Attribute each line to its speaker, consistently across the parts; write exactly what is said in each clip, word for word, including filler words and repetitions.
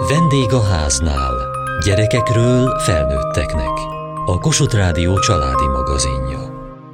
Speaker 1: Vendég a háznál. Gyerekekről felnőtteknek. A Kossuth Rádió családi magazinja.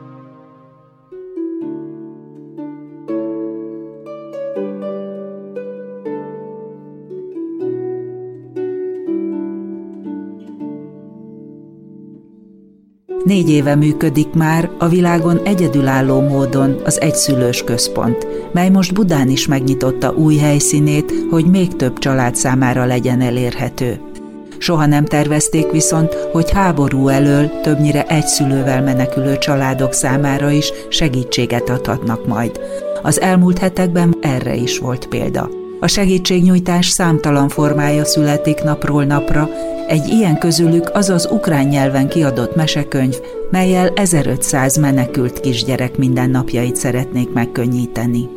Speaker 2: Négy éve működik már a világon egyedülálló módon az egyszülős központ, mely most Budán is megnyitotta új helyszínét, hogy még több család számára legyen elérhető. Soha nem tervezték viszont, hogy háború elől többnyire egyszülővel menekülő családok számára is segítséget adhatnak majd. Az elmúlt hetekben erre is volt példa. A segítségnyújtás számtalan formája születik napról napra, egy ilyen közülük az az ukrán nyelven kiadott mesekönyv, mellyel ezerötszáz menekült kisgyerek mindennapjait szeretnék megkönnyíteni.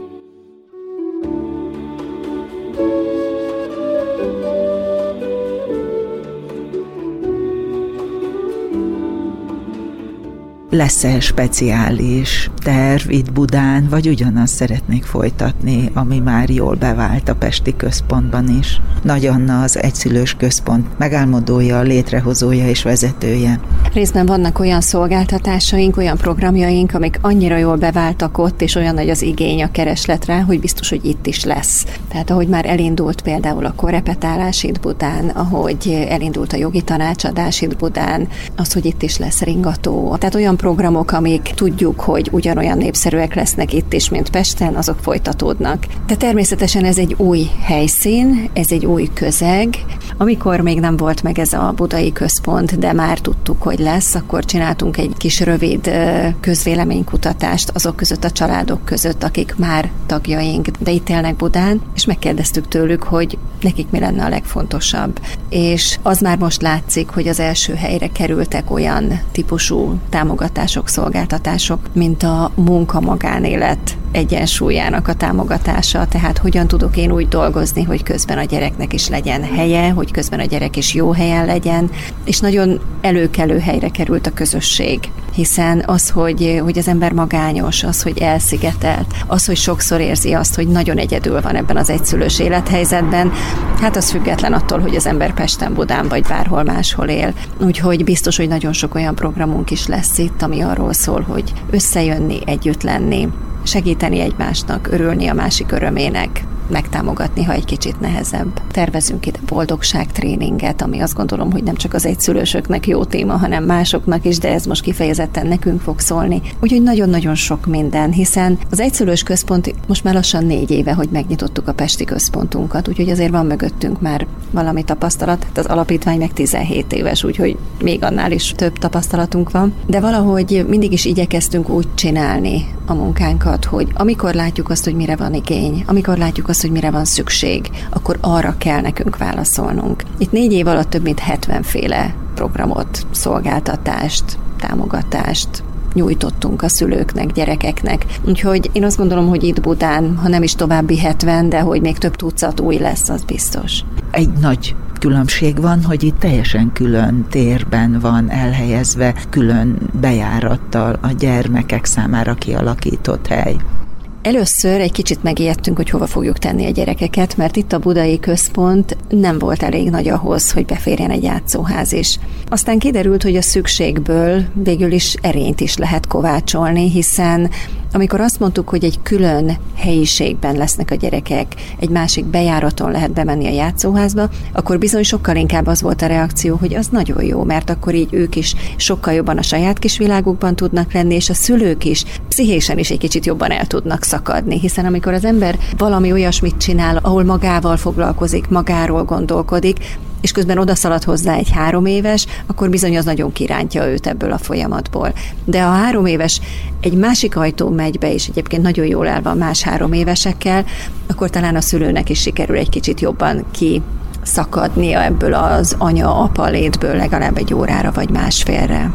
Speaker 2: Lesz-e speciális terv itt Budán, vagy ugyanazt szeretnék folytatni, ami már jól bevált a pesti központban is? Nagy Anna az egyszülős központ megálmodója, létrehozója és vezetője.
Speaker 3: Részben vannak olyan szolgáltatásaink, olyan programjaink, amik annyira jól beváltak ott, és olyan nagy az igény, a kereslet rá, hogy biztos, hogy itt is lesz. Tehát ahogy már elindult például a korrepetálás itt Budán, ahogy elindult a jogi tanácsadás itt Budán, az, hogy itt is lesz ringató. Tehát olyan programok, amik tudjuk, hogy ugyanolyan népszerűek lesznek itt is, mint Pesten, azok folytatódnak. De természetesen ez egy új helyszín, ez egy új közeg. Amikor még nem volt meg ez a budai központ, de már tudtuk, hogy lesz, akkor csináltunk egy kis rövid közvéleménykutatást azok között, a családok között, akik már tagjaink, de itt élnek Budán, és megkérdeztük tőlük, hogy nekik mi lenne a legfontosabb. És az már most látszik, hogy az első helyre kerültek olyan típusú támogatások, szolgáltatások, mint a munka-magánélet egyensúlyának a támogatása, tehát hogyan tudok én úgy dolgozni, hogy közben a gyereknek is legyen helye, hogy közben a gyerek is jó helyen legyen, és nagyon előkelő helyre került a közösség, hiszen az, hogy, hogy az ember magányos, az, hogy elszigetelt, az, hogy sokszor érzi azt, hogy nagyon egyedül van ebben az egyszülős élethelyzetben, hát az független attól, hogy az ember Pesten, Budán vagy bárhol máshol él. Úgyhogy biztos, hogy nagyon sok olyan programunk is lesz itt, ami arról szól, hogy összejönni, együtt lenni, segíteni egymásnak, örülni a másik örömének, megtámogatni, ha egy kicsit nehezebb. Tervezünk ide boldogságtréninget, ami azt gondolom, hogy nem csak az egyszülősöknek jó téma, hanem másoknak is, de ez most kifejezetten nekünk fog szólni. Úgyhogy nagyon-nagyon sok minden, hiszen az egyszülős központ most már lassan négy éve, hogy megnyitottuk a pesti központunkat, úgyhogy azért van mögöttünk már valami tapasztalat, hát az alapítvány meg tizenhét éves, úgyhogy még annál is több tapasztalatunk van. De valahogy mindig is igyekeztünk úgy csinálni a munkánkat, hogy amikor látjuk azt, hogy mire van igény, amikor látjuk azt, hogy mire van szükség, akkor arra kell nekünk válaszolnunk. Itt négy év alatt több mint hetvenféle programot, szolgáltatást, támogatást nyújtottunk a szülőknek, gyerekeknek. Úgyhogy én azt gondolom, hogy itt Budán, ha nem is további hetven, de hogy még több tucat új lesz, az biztos.
Speaker 2: Egy nagy különbség van, hogy itt teljesen külön térben van elhelyezve, külön bejárattal a gyermekek számára kialakított hely.
Speaker 3: Először egy kicsit megijedtünk, hogy hova fogjuk tenni a gyerekeket, mert itt a budai központ nem volt elég nagy ahhoz, hogy beférjen egy játszóház is. Aztán kiderült, hogy a szükségből végül is erényt is lehet kovácsolni, hiszen amikor azt mondtuk, hogy egy külön helyiségben lesznek a gyerekek, egy másik bejáraton lehet bemenni a játszóházba, akkor bizony sokkal inkább az volt a reakció, hogy az nagyon jó, mert akkor így ők is sokkal jobban a saját kis világukban tudnak lenni, és a szülők is pszichésen is egy kicsit jobban el tudnak szakadni, hiszen amikor az ember valami olyasmit csinál, ahol magával foglalkozik, magáról gondolkodik, és közben odaszalad hozzá egy három éves, akkor bizony az nagyon kirántja őt ebből a folyamatból. De ha három éves egy másik ajtó megy be, és egyébként nagyon jól el van más három évesekkel, akkor talán a szülőnek is sikerül egy kicsit jobban ki szakadnia ebből az anya-apa létből legalább egy órára vagy másfélre.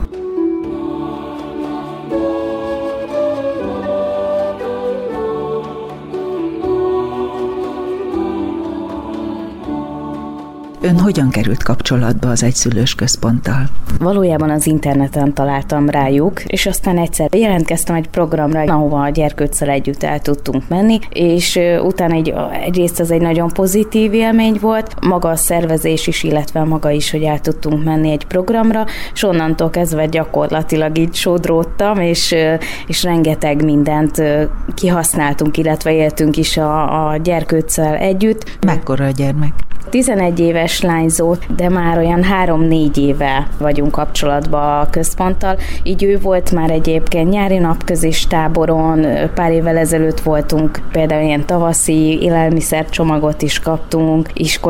Speaker 2: Ön hogyan került kapcsolatba az egyszülős központtal?
Speaker 4: Valójában az interneten találtam rájuk, és aztán egyszer jelentkeztem egy programra, ahova a gyerkőccel együtt el tudtunk menni, és utána egy, egyrészt ez egy nagyon pozitív élmény volt, maga a szervezés is, illetve maga is, hogy el tudtunk menni egy programra, és onnantól kezdve gyakorlatilag így sodródtam, és, és rengeteg mindent kihasználtunk, illetve éltünk is a, a gyerkőccel együtt.
Speaker 2: Mekkora a gyermek?
Speaker 4: tizenegy éves lányzó, de már olyan három-négy éve vagyunk kapcsolatban a központtal. Így ő volt már egyébként nyári napközis táboron, pár évvel ezelőtt voltunk, például ilyen tavaszi élelmiszercsomagot is kaptunk,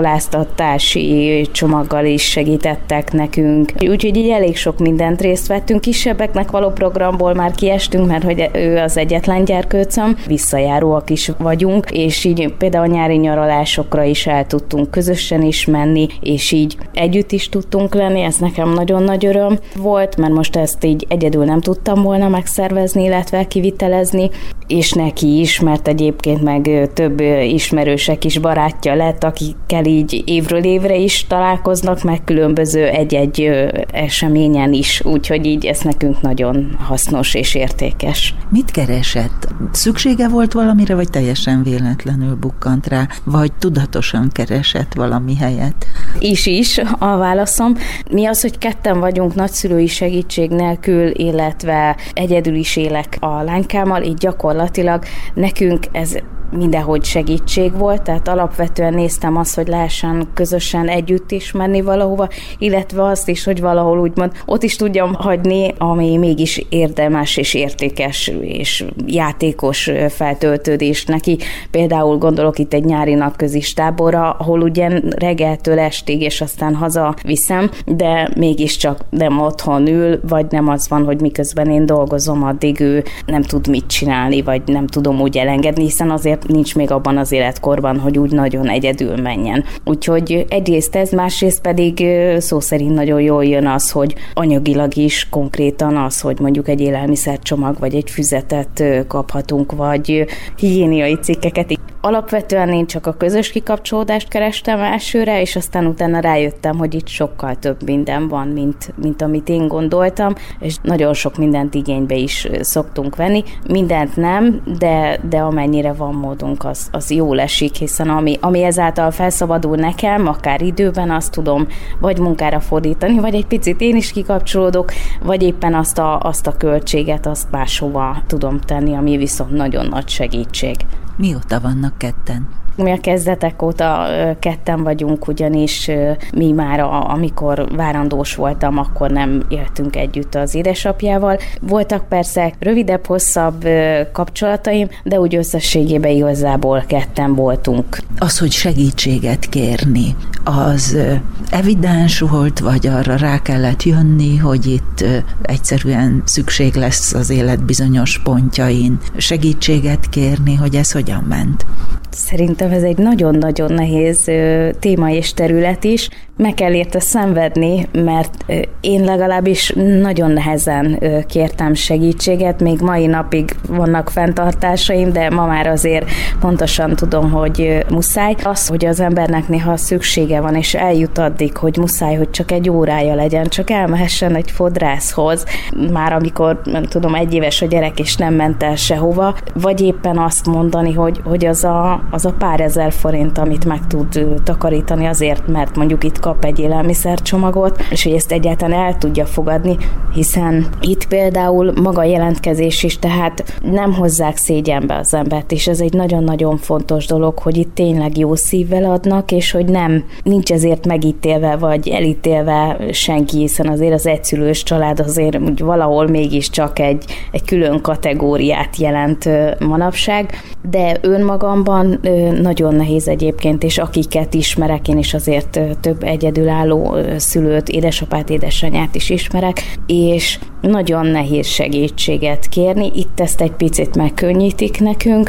Speaker 4: iskoláztatási csomaggal is segítettek nekünk. Úgyhogy így elég sok mindent részt vettünk. Kisebbeknek való programból már kiestünk, mert hogy ő az egyetlen gyerkőcöm, visszajáróak is vagyunk, és így például a nyári nyaralásokra is el tudtunk közösen is menni, és így együtt is tudtunk lenni, ez nekem nagyon nagy öröm volt, mert most ezt így egyedül nem tudtam volna megszervezni, illetve kivitelezni, és neki is, mert egyébként meg több ismerősek is barátja lett, akikkel így évről évre is találkoznak, meg különböző egy-egy eseményen is, úgyhogy így ez nekünk nagyon hasznos és értékes.
Speaker 2: Mit keresett? Szüksége volt valamire, vagy teljesen véletlenül bukkant rá, vagy tudatosan keresett valami helyet?
Speaker 4: Is is a válaszom. Mi az, hogy ketten vagyunk nagyszülői segítség nélkül, illetve egyedül is élek a lánykámmal, így gyakorlatilag nekünk ez mindenhogy segítség volt, tehát alapvetően néztem azt, hogy lehessen közösen együtt is menni valahova, illetve azt is, hogy valahol úgymond ott is tudjam hagyni, ami mégis érdemes és értékes és játékos feltöltődés neki. Például gondolok itt egy nyári napközis táborra, ahol ugye reggeltől estig, és aztán haza viszem, de mégiscsak nem otthon ül, vagy nem az van, hogy miközben én dolgozom, addig ő nem tud mit csinálni, vagy nem tudom úgy elengedni, hiszen azért nincs még abban az életkorban, hogy úgy nagyon egyedül menjen. Úgyhogy egyrészt ez, másrészt pedig szó szerint nagyon jól jön az, hogy anyagilag is konkrétan az, hogy mondjuk egy élelmiszercsomag, vagy egy füzetet kaphatunk, vagy higiéniai cikkeket. Alapvetően én csak a közös kikapcsolódást kerestem elsőre, és aztán utána rájöttem, hogy itt sokkal több minden van, mint, mint amit én gondoltam, és nagyon sok mindent igénybe is szoktunk venni. Mindent nem, de, de amennyire van módunk, az, az jól esik, hiszen ami, ami ezáltal felszabadul nekem, akár időben, azt tudom vagy munkára fordítani, vagy egy picit én is kikapcsolódok, vagy éppen azt a, azt a költséget, azt máshova tudom tenni, ami viszont nagyon nagy segítség.
Speaker 2: Mióta vannak ketten?
Speaker 4: Mi a kezdetek óta ketten vagyunk, ugyanis mi már a, amikor várandós voltam, akkor nem éltünk együtt az édesapjával. Voltak persze rövidebb, hosszabb kapcsolataim, de úgy összességében igazából ketten voltunk.
Speaker 2: Az, hogy segítséget kérni, az evidens volt, vagy arra rá kellett jönni, hogy itt egyszerűen szükség lesz az élet bizonyos pontjain segítséget kérni, hogy ez hogyan ment?
Speaker 4: Szerintem ez egy nagyon-nagyon nehéz téma és terület is. Meg kell érte szenvedni, mert én legalábbis nagyon nehezen kértem segítséget, még mai napig vannak fenntartásaim, de ma már azért pontosan tudom, hogy muszáj. Az, hogy az embernek néha szüksége van, és eljut addig, hogy muszáj, hogy csak egy órája legyen, csak elmehessen egy fodrászhoz, már amikor, nem tudom, egy éves a gyerek, és nem ment el sehova, vagy éppen azt mondani, hogy, hogy az, a, az a pár ezer forint, amit meg tud takarítani azért, mert mondjuk itt kap egy élelmiszercsomagot, és hogy ezt egyáltalán el tudja fogadni, hiszen itt például maga a jelentkezés is, tehát nem hozzák szégyenbe az embert, és ez egy nagyon-nagyon fontos dolog, hogy itt tényleg jó szívvel adnak, és hogy nem, nincs ezért megítélve, vagy elítélve senki, hiszen azért az egyszülős család azért úgy valahol mégiscsak egy, egy külön kategóriát jelent manapság, de önmagamban nagyon nehéz egyébként, és akiket ismerek, én is azért több egyedülálló szülőt, édesapát, édesanyát is ismerek, és nagyon nehéz segítséget kérni. Itt ezt egy picit megkönnyítik nekünk.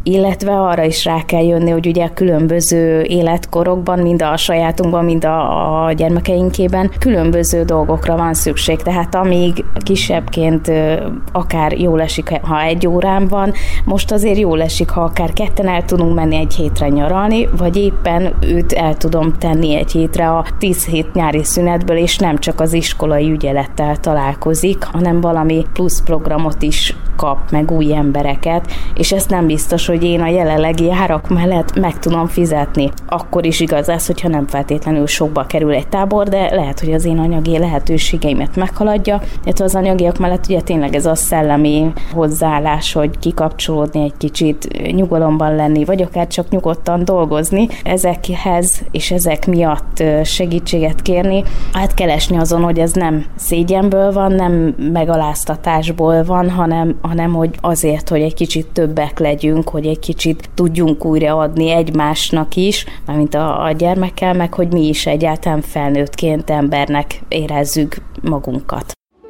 Speaker 4: illetve arra is rá kell jönni, hogy ugye a különböző életkorokban, mind a sajátunkban, mind a, a gyermekeinkében különböző dolgokra van szükség. Tehát amíg kisebbként akár jól esik, ha egy órán van, most azért jól esik, ha akár ketten el tudunk menni egy hétre nyaralni, vagy éppen őt el tudom tenni egy hétre a tíz hét nyári szünetből, és nem csak az iskolai ügyelettel találkozik, hanem valami plusz programot is kap, meg új embereket, és ezt nem biztos, hogy én a jelenlegi árak mellett meg tudom fizetni. Akkor is igaz ez, hogyha nem feltétlenül sokba kerül egy tábor, de lehet, hogy az én anyagi lehetőségeimet meghaladja, illetve az anyagiak mellett ugye tényleg ez a szellemi hozzáállás, hogy kikapcsolódni egy kicsit, nyugalomban lenni, vagy akár csak nyugodtan dolgozni. Ezekhez és ezek miatt segítséget kérni, át kell esni azon, hogy ez nem szégyenből van, nem megaláztatásból van, hanem, hanem hogy azért, hogy egy kicsit többek legyünk, hogy egy kicsit tudjunk újraadni egymásnak is, mármint a, a gyermekkel, meg hogy mi is egyáltalán felnőttként embernek érezzük magunkat.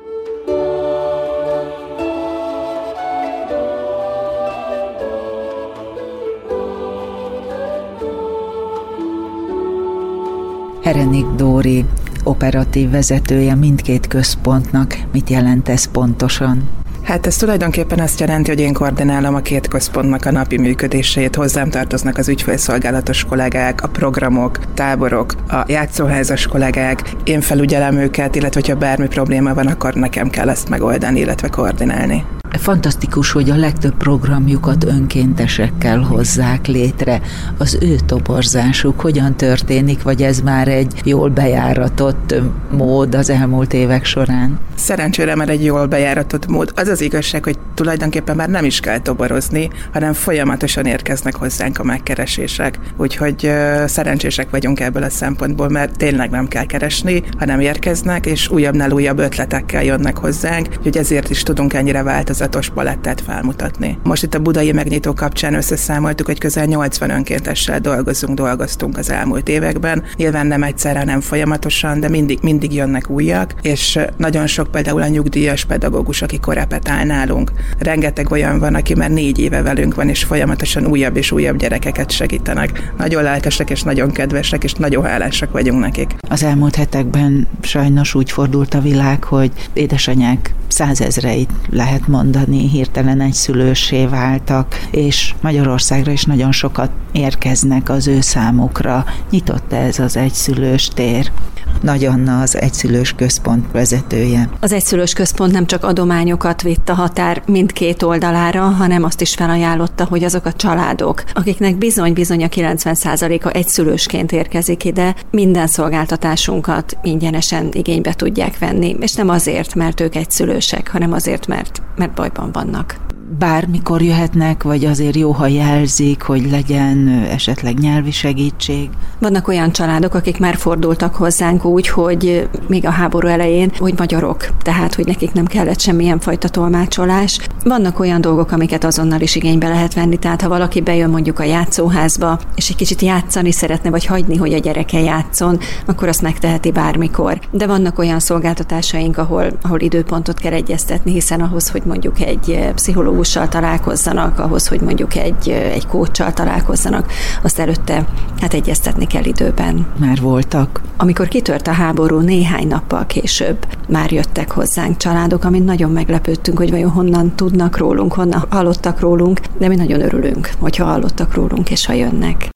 Speaker 2: Herenik Dóri, operatív vezetője mindkét központnak. Mit jelent ez pontosan?
Speaker 5: Hát ez tulajdonképpen azt jelenti, hogy én koordinálom a két központnak a napi működését, hozzám tartoznak az ügyfélszolgálatos kollégák, a programok, táborok, a játszóházas kollégák, én felügyelem őket, illetve ha bármi probléma van, akkor nekem kell ezt megoldani, illetve koordinálni.
Speaker 2: Fantasztikus, hogy a legtöbb programjukat önkéntesekkel hozzák létre. Az ő toborzásuk hogyan történik, vagy ez már egy jól bejáratott mód az elmúlt évek során?
Speaker 5: Szerencsére már egy jól bejáratott mód. Az az igazság, hogy tulajdonképpen már nem is kell toborozni, hanem folyamatosan érkeznek hozzánk a megkeresések. Úgyhogy uh, szerencsések vagyunk ebből a szempontból, mert tényleg nem kell keresni, hanem érkeznek, és újabbnál újabb ötletekkel jönnek hozzánk, úgyhogy ezért is tudunk ennyire változatos palettát felmutatni. Most itt a budai megnyitó kapcsán összeszámoltuk, hogy közel nyolcvan önkéntessel dolgozunk, dolgoztunk az elmúlt években. Nyilván nem egyszerre, nem folyamatosan, de mindig, mindig jönnek újak, és nagyon sok például a nyugdíjas pedagógus, aki korepetál nálunk. Rengeteg olyan van, aki már négy éve velünk van, és folyamatosan újabb és újabb gyerekeket segítenek. Nagyon lelkesek és nagyon kedvesek, és nagyon hálásak vagyunk nekik.
Speaker 2: Az elmúlt hetekben sajnos úgy fordult a világ, hogy édesanyák százezreit lehet mondani, hirtelen egyszülőssé váltak, és Magyarországra is nagyon sokat érkeznek az ő számukra. Nyitott ez az egyszülős tér. Nagy Anna az egyszülős központ vezetője.
Speaker 3: Az egyszülős központ nem csak adományokat vitt a határ mindkét oldalára, hanem azt is felajánlotta, hogy azok a családok, akiknek bizony-bizony a kilencven százaléka egyszülősként érkezik ide, minden szolgáltatásunkat ingyenesen igénybe tudják venni. És nem azért, mert ők egyszülősek, hanem azért, mert, mert bajban vannak.
Speaker 2: Bármikor jöhetnek, vagy azért jó, ha jelzik, hogy legyen esetleg nyelvi segítség?
Speaker 3: Vannak olyan családok, akik már fordultak hozzánk úgy, hogy még a háború elején, hogy magyarok, tehát, hogy nekik nem kellett semmilyen fajta tolmácsolás. Vannak olyan dolgok, amiket azonnal is igénybe lehet venni, tehát ha valaki bejön mondjuk a játszóházba, és egy kicsit játszani szeretne, vagy hagyni, hogy a gyereke játszon, akkor azt megteheti bármikor. De vannak olyan szolgáltatásaink, ahol, ahol időpontot kell egyeztetni, hiszen ahhoz, hogy mondjuk egy pszichológussal találkozzanak, ahhoz, hogy mondjuk egy, egy coachsal találkozzanak, azt előtte hát egyeztetni kell időben.
Speaker 2: Már voltak?
Speaker 3: Amikor kitört a háború, néhány nappal később már jöttek hozzánk családok, amin nagyon meglepődtünk, hogy vajon honnan tudnak rólunk, honnan hallottak rólunk, de mi nagyon örülünk, hogyha hallottak rólunk, és ha jönnek.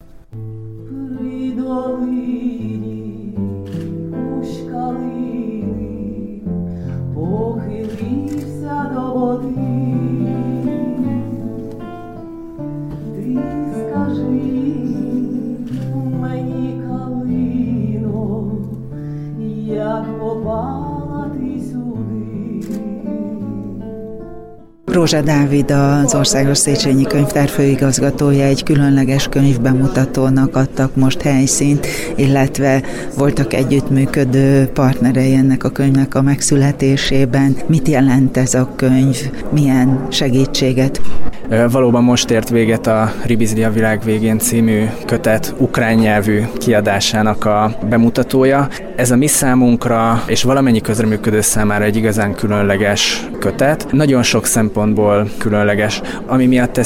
Speaker 2: Rózsa Dávid, az Országos Széchenyi Könyvtár főigazgatója, egy különleges könyvbemutatónak adtak most helyszínt, illetve voltak együttműködő partnerei ennek a könyvnek a megszületésében. Mit jelent ez a könyv? Milyen segítséget?
Speaker 6: Valóban most ért véget a Ribizli a világ végén című kötet ukrán nyelvű kiadásának a bemutatója. Ez a mi számunkra és valamennyi közreműködő számára egy igazán különleges kötet. Nagyon sok szempontból különleges. Ami miatt ezt kiadtuk,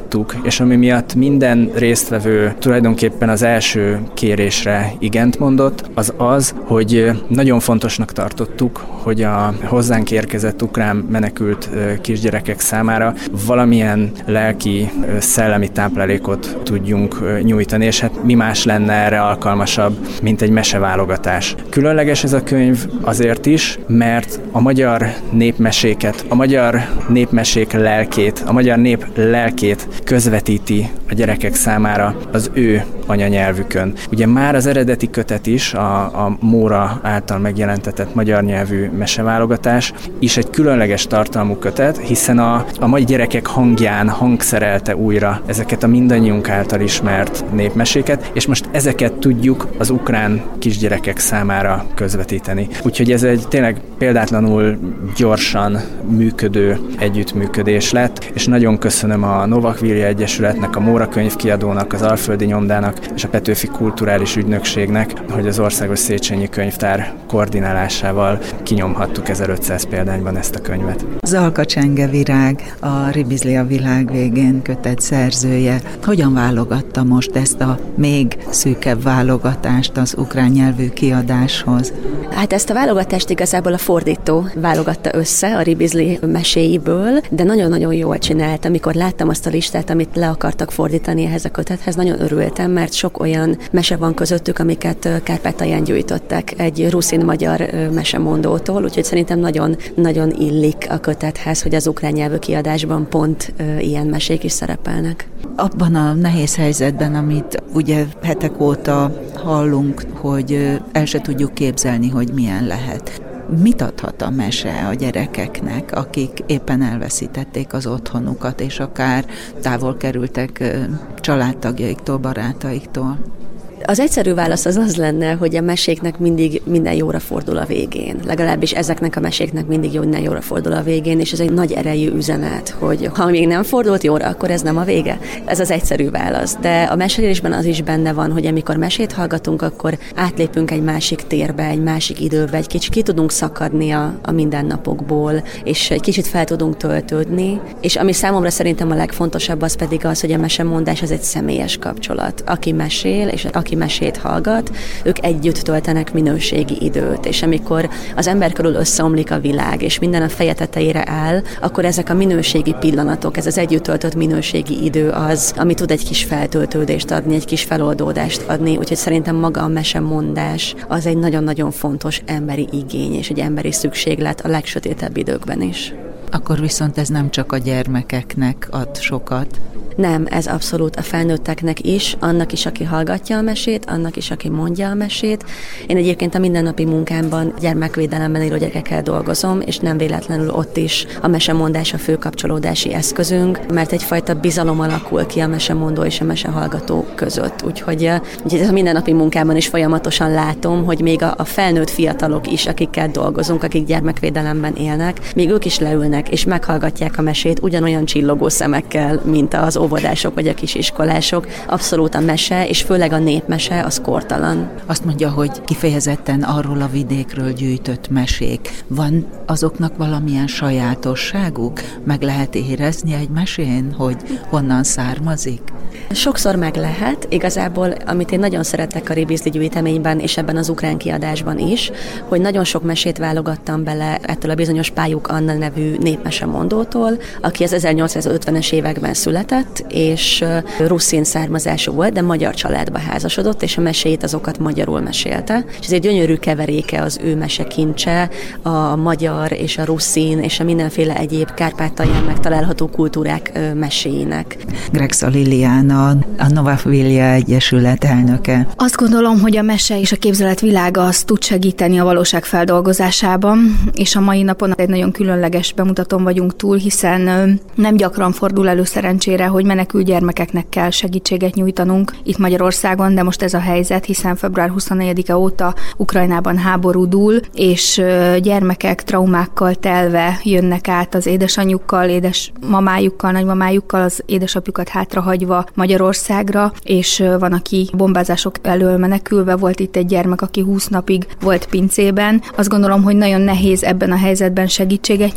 Speaker 6: tartottuk, és ami miatt minden résztvevő tulajdonképpen az első kérésre igent mondott, az az, hogy nagyon fontosnak tartottuk, hogy a hozzánk érkezett ukrán menekült kisgyerekek számára valamilyen lelki, szellemi táplálékot tudjunk nyújtani, és hát mi más lenne erre alkalmasabb, mint egy meseválogatás. Különleges ez a könyv azért is, mert a magyar népmeséket, a magyar népmesék lelkét, a magyar nép lelkét közvetíti a gyerekek számára az ő anyanyelvükön. Ugye már az eredeti kötet is, a, a Móra által megjelentetett magyar nyelvű meseválogatás is egy különleges tartalmú kötet, hiszen a, a mai gyerekek hangján hangszerelte újra ezeket a mindannyiunk által ismert népmeséket, és most ezeket tudjuk az ukrán kisgyerekek számára közvetíteni. Úgyhogy ez egy tényleg példátlanul gyorsan működő együttműködés lett, és nagyon köszönöm a Novakvilja Egyesületnek, a Móra könyvkiadónak, az Alföldi Nyomdának és a Petőfi Kulturális Ügynökségnek, hogy az Országos Széchenyi Könyvtár koordinálásával kinyomhattuk ezerötszáz példányban ezt a könyvet.
Speaker 2: Zalka Csenge Virág, a Ribizli a világ végén kötet szerzője. Hogyan válogatta most ezt a még szűkebb válogatást az ukrán nyelvű kiadáshoz?
Speaker 7: Hát ezt a válogatást igazából a fordító válogatta össze a Ribizli meséiből, de nagyon-nagyon jól csinált. Amikor láttam azt a listát, amit le akartak fordítani ehhez a kötethez, nagyon örültem, mert sok olyan mese van közöttük, amiket Kárpátalján gyűjtöttek egy ruszin-magyar mesemondótól, úgyhogy szerintem nagyon, nagyon illik a kötethez, hogy az ukrán nyelvű kiadásban pont ilyen mesék is szerepelnek.
Speaker 2: Abban a nehéz helyzetben, amit ugye hetek óta hallunk, hogy el se tudjuk képzelni, hogy milyen lehet. Mit adhat a mese a gyerekeknek, akik éppen elveszítették az otthonukat, és akár távol kerültek családtagjaiktól, barátaiktól?
Speaker 7: Az egyszerű válasz az az lenne, hogy a meséknek mindig minden jóra fordul a végén. Legalábbis ezeknek a meséknek mindig jó, minden jóra fordul a végén, és ez egy nagy erejű üzenet, hogy ha még nem fordult jóra, akkor ez nem a vége. Ez az egyszerű válasz. De a mesélésben az is benne van, hogy amikor mesét hallgatunk, akkor átlépünk egy másik térbe, egy másik időbe, egy kicsit ki tudunk szakadni a, a mindennapokból, és egy kicsit fel tudunk töltődni. És ami számomra szerintem a legfontosabb, az pedig az, hogy a mesemondás az egy személyes kapcsolat. Aki mesél, és aki mesét hallgat, ők együtt töltenek minőségi időt, és amikor az ember körül összeomlik a világ, és minden a feje tetejére áll, akkor ezek a minőségi pillanatok, ez az együtt töltött minőségi idő az, ami tud egy kis feltöltődést adni, egy kis feloldódást adni, úgyhogy szerintem maga a mesemondás az egy nagyon-nagyon fontos emberi igény, és egy emberi szükséglet a legsötétebb időkben is.
Speaker 2: Akkor viszont ez nem csak a gyermekeknek ad sokat.
Speaker 7: Nem, ez abszolút a felnőtteknek is, annak is, aki hallgatja a mesét, annak is, aki mondja a mesét. Én egyébként a mindennapi munkámban gyermekvédelemben élő gyerekekkel dolgozom, és nem véletlenül ott is a mesemondás a fő kapcsolódási eszközünk, mert egyfajta bizalom alakul ki a mesemondó és a mesehallgató között. Úgyhogy, úgyhogy ez a mindennapi munkában is folyamatosan látom, hogy még a, a felnőtt fiatalok is, akikkel dolgozunk, akik gyermekvédelemben élnek, még ők is leülnek és meghallgatják a mesét ugyanolyan csillogó szemekkel, mint az óvodások vagy a kisiskolások. Abszolút a mese, és főleg a népmese az kortalan.
Speaker 2: Azt mondja, hogy kifejezetten arról a vidékről gyűjtött mesék. Van azoknak valamilyen sajátosságuk? Meg lehet érezni egy mesén, hogy honnan származik?
Speaker 7: Sokszor meg lehet. Igazából, amit én nagyon szeretek a Ribizli gyűjteményben, és ebben az ukrán kiadásban is, hogy nagyon sok mesét válogattam bele ettől a bizonyos Pályuk Anna nevű népmesemondótól, aki az ezernyolcszázötvenes években született, és ruszin származású volt, de magyar családba házasodott, és a meséit azokat magyarul mesélte. És ez egy gyönyörű keveréke az ő mesekincse, a magyar és a ruszin és a mindenféle egyéb Kárpátalján megtalálható kultúrák meséinek.
Speaker 2: Grexa Liliana, a Novakvilja Egyesület elnöke.
Speaker 8: Azt gondolom, hogy a mese és a képzelet világa az tud segíteni a valóság feldolgozásában, és a mai napon egy nagyon különleges bemutatón vagyunk túl, hiszen nem gyakran fordul elő szerencsére, hogy menekült gyermekeknek kell segítséget nyújtanunk itt Magyarországon, de most ez a helyzet, hiszen február huszonnegyedike óta Ukrajnában háború dúl, és gyermekek traumákkal telve jönnek át az édesanyjukkal, édesmamájukkal, nagymamájukkal, az édesapjukat hátrahagyva Magyarországra, és van, aki bombázások elől menekülve, volt itt egy gyermek, aki húsz napig volt pincében. Azt gondolom, hogy nagyon nehéz ebben a helyzetben segítséget nyújtani, de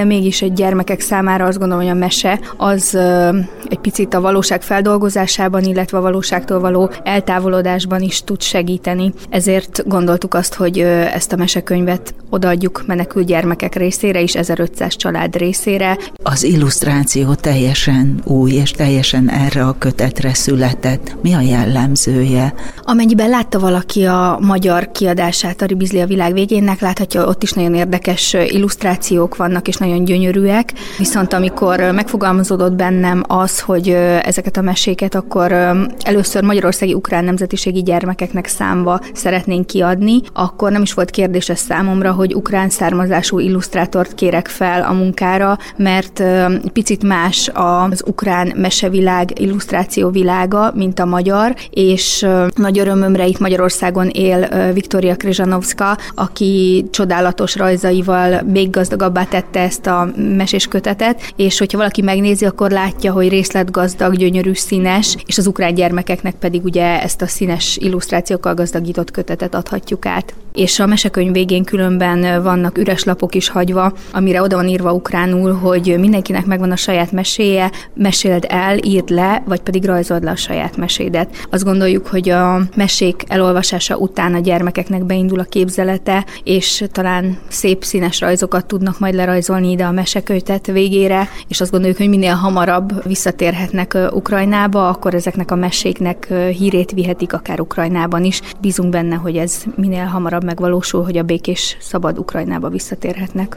Speaker 8: de mégis egy gyermekek számára azt gondolom, hogy a mese az egy picit a valóság feldolgozásában, illetve a valóságtól való eltávolodásban is tud segíteni. Ezért gondoltuk azt, hogy ezt a mesekönyvet odaadjuk menekült gyermekek részére is, ezerötszáz család részére.
Speaker 2: Az illusztráció teljesen új, és teljesen erre a kötetre született. Mi a jellemzője?
Speaker 8: Amennyiben látta valaki a magyar kiadását a Ribizli a világ végénnek, láthatja, ott is nagyon érdekes illusztrációk vannak, és nagyon gyönyörűek. Viszont amikor megfogalmazódott bennem az, hogy ezeket a meséket akkor először magyarországi ukrán nemzetiségi gyermekeknek számba szeretnénk kiadni, akkor nem is volt kérdés ez számomra, hogy ukrán származású illusztrátort kérek fel a munkára, mert picit más az ukrán mesevilág, illusztráció világa, mint a magyar, és nagy örömömre itt Magyarországon él Viktória Krizsanovszka, aki csodálatos rajzaival még gazdagabbá tette ezt a mesés kötetet, és hogyha valaki megnézi, akkor látja, hogy részletgazdag, gyönyörű, színes, és az ukrán gyermekeknek pedig ugye ezt a színes illusztrációkkal gazdagított kötetet adhatjuk át. És a mesekönyv végén különben vannak üres lapok is hagyva, amire oda van írva ukránul, hogy mindenkinek megvan a saját meséje, meséld el, írd le, vagy pedig rajzold le a saját mesédet. Azt gondoljuk, hogy a mesék elolvasása után a gyermekeknek beindul a képzelete, és talán szép színes rajzokat tudnak majd lerajzolni ide a mesekötet végére, és azt gondoljuk, hogy minél hamarabb visszatérhetnek Ukrajnába, akkor ezeknek a meséknek hírét vihetik akár Ukrajnában is. Bízunk benne, hogy ez minél hamarabb megvalósul, hogy a békés, szabad Ukrajnába visszatérhetnek.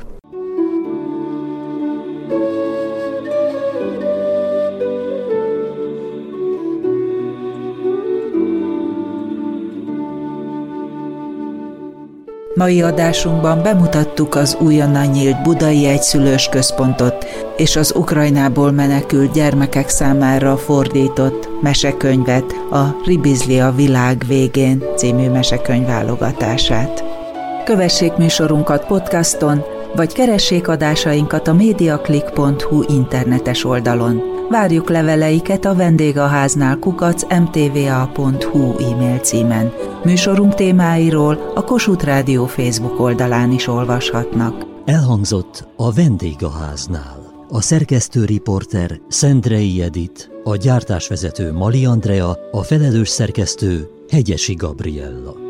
Speaker 2: Mai adásunkban bemutattuk az újonnan nyílt budai egyszülős központot és az Ukrajnából menekült gyermekek számára fordított mesekönyvet, a Ribizli a világ végén című mesekönyv válogatását. Kövessék műsorunkat podcaston, vagy keressék adásainkat a mediaclick pont hu internetes oldalon. Várjuk leveleiket a vendégháznál kukac em té vé á pont hu e-mail címen. Műsorunk témáiról a Kossuth Rádió Facebook oldalán is olvashatnak.
Speaker 1: Elhangzott a vendégháznál. A szerkesztő riporter Szendrei Edit, a gyártásvezető Mali Andrea, a felelős szerkesztő Hegyesi Gabriella.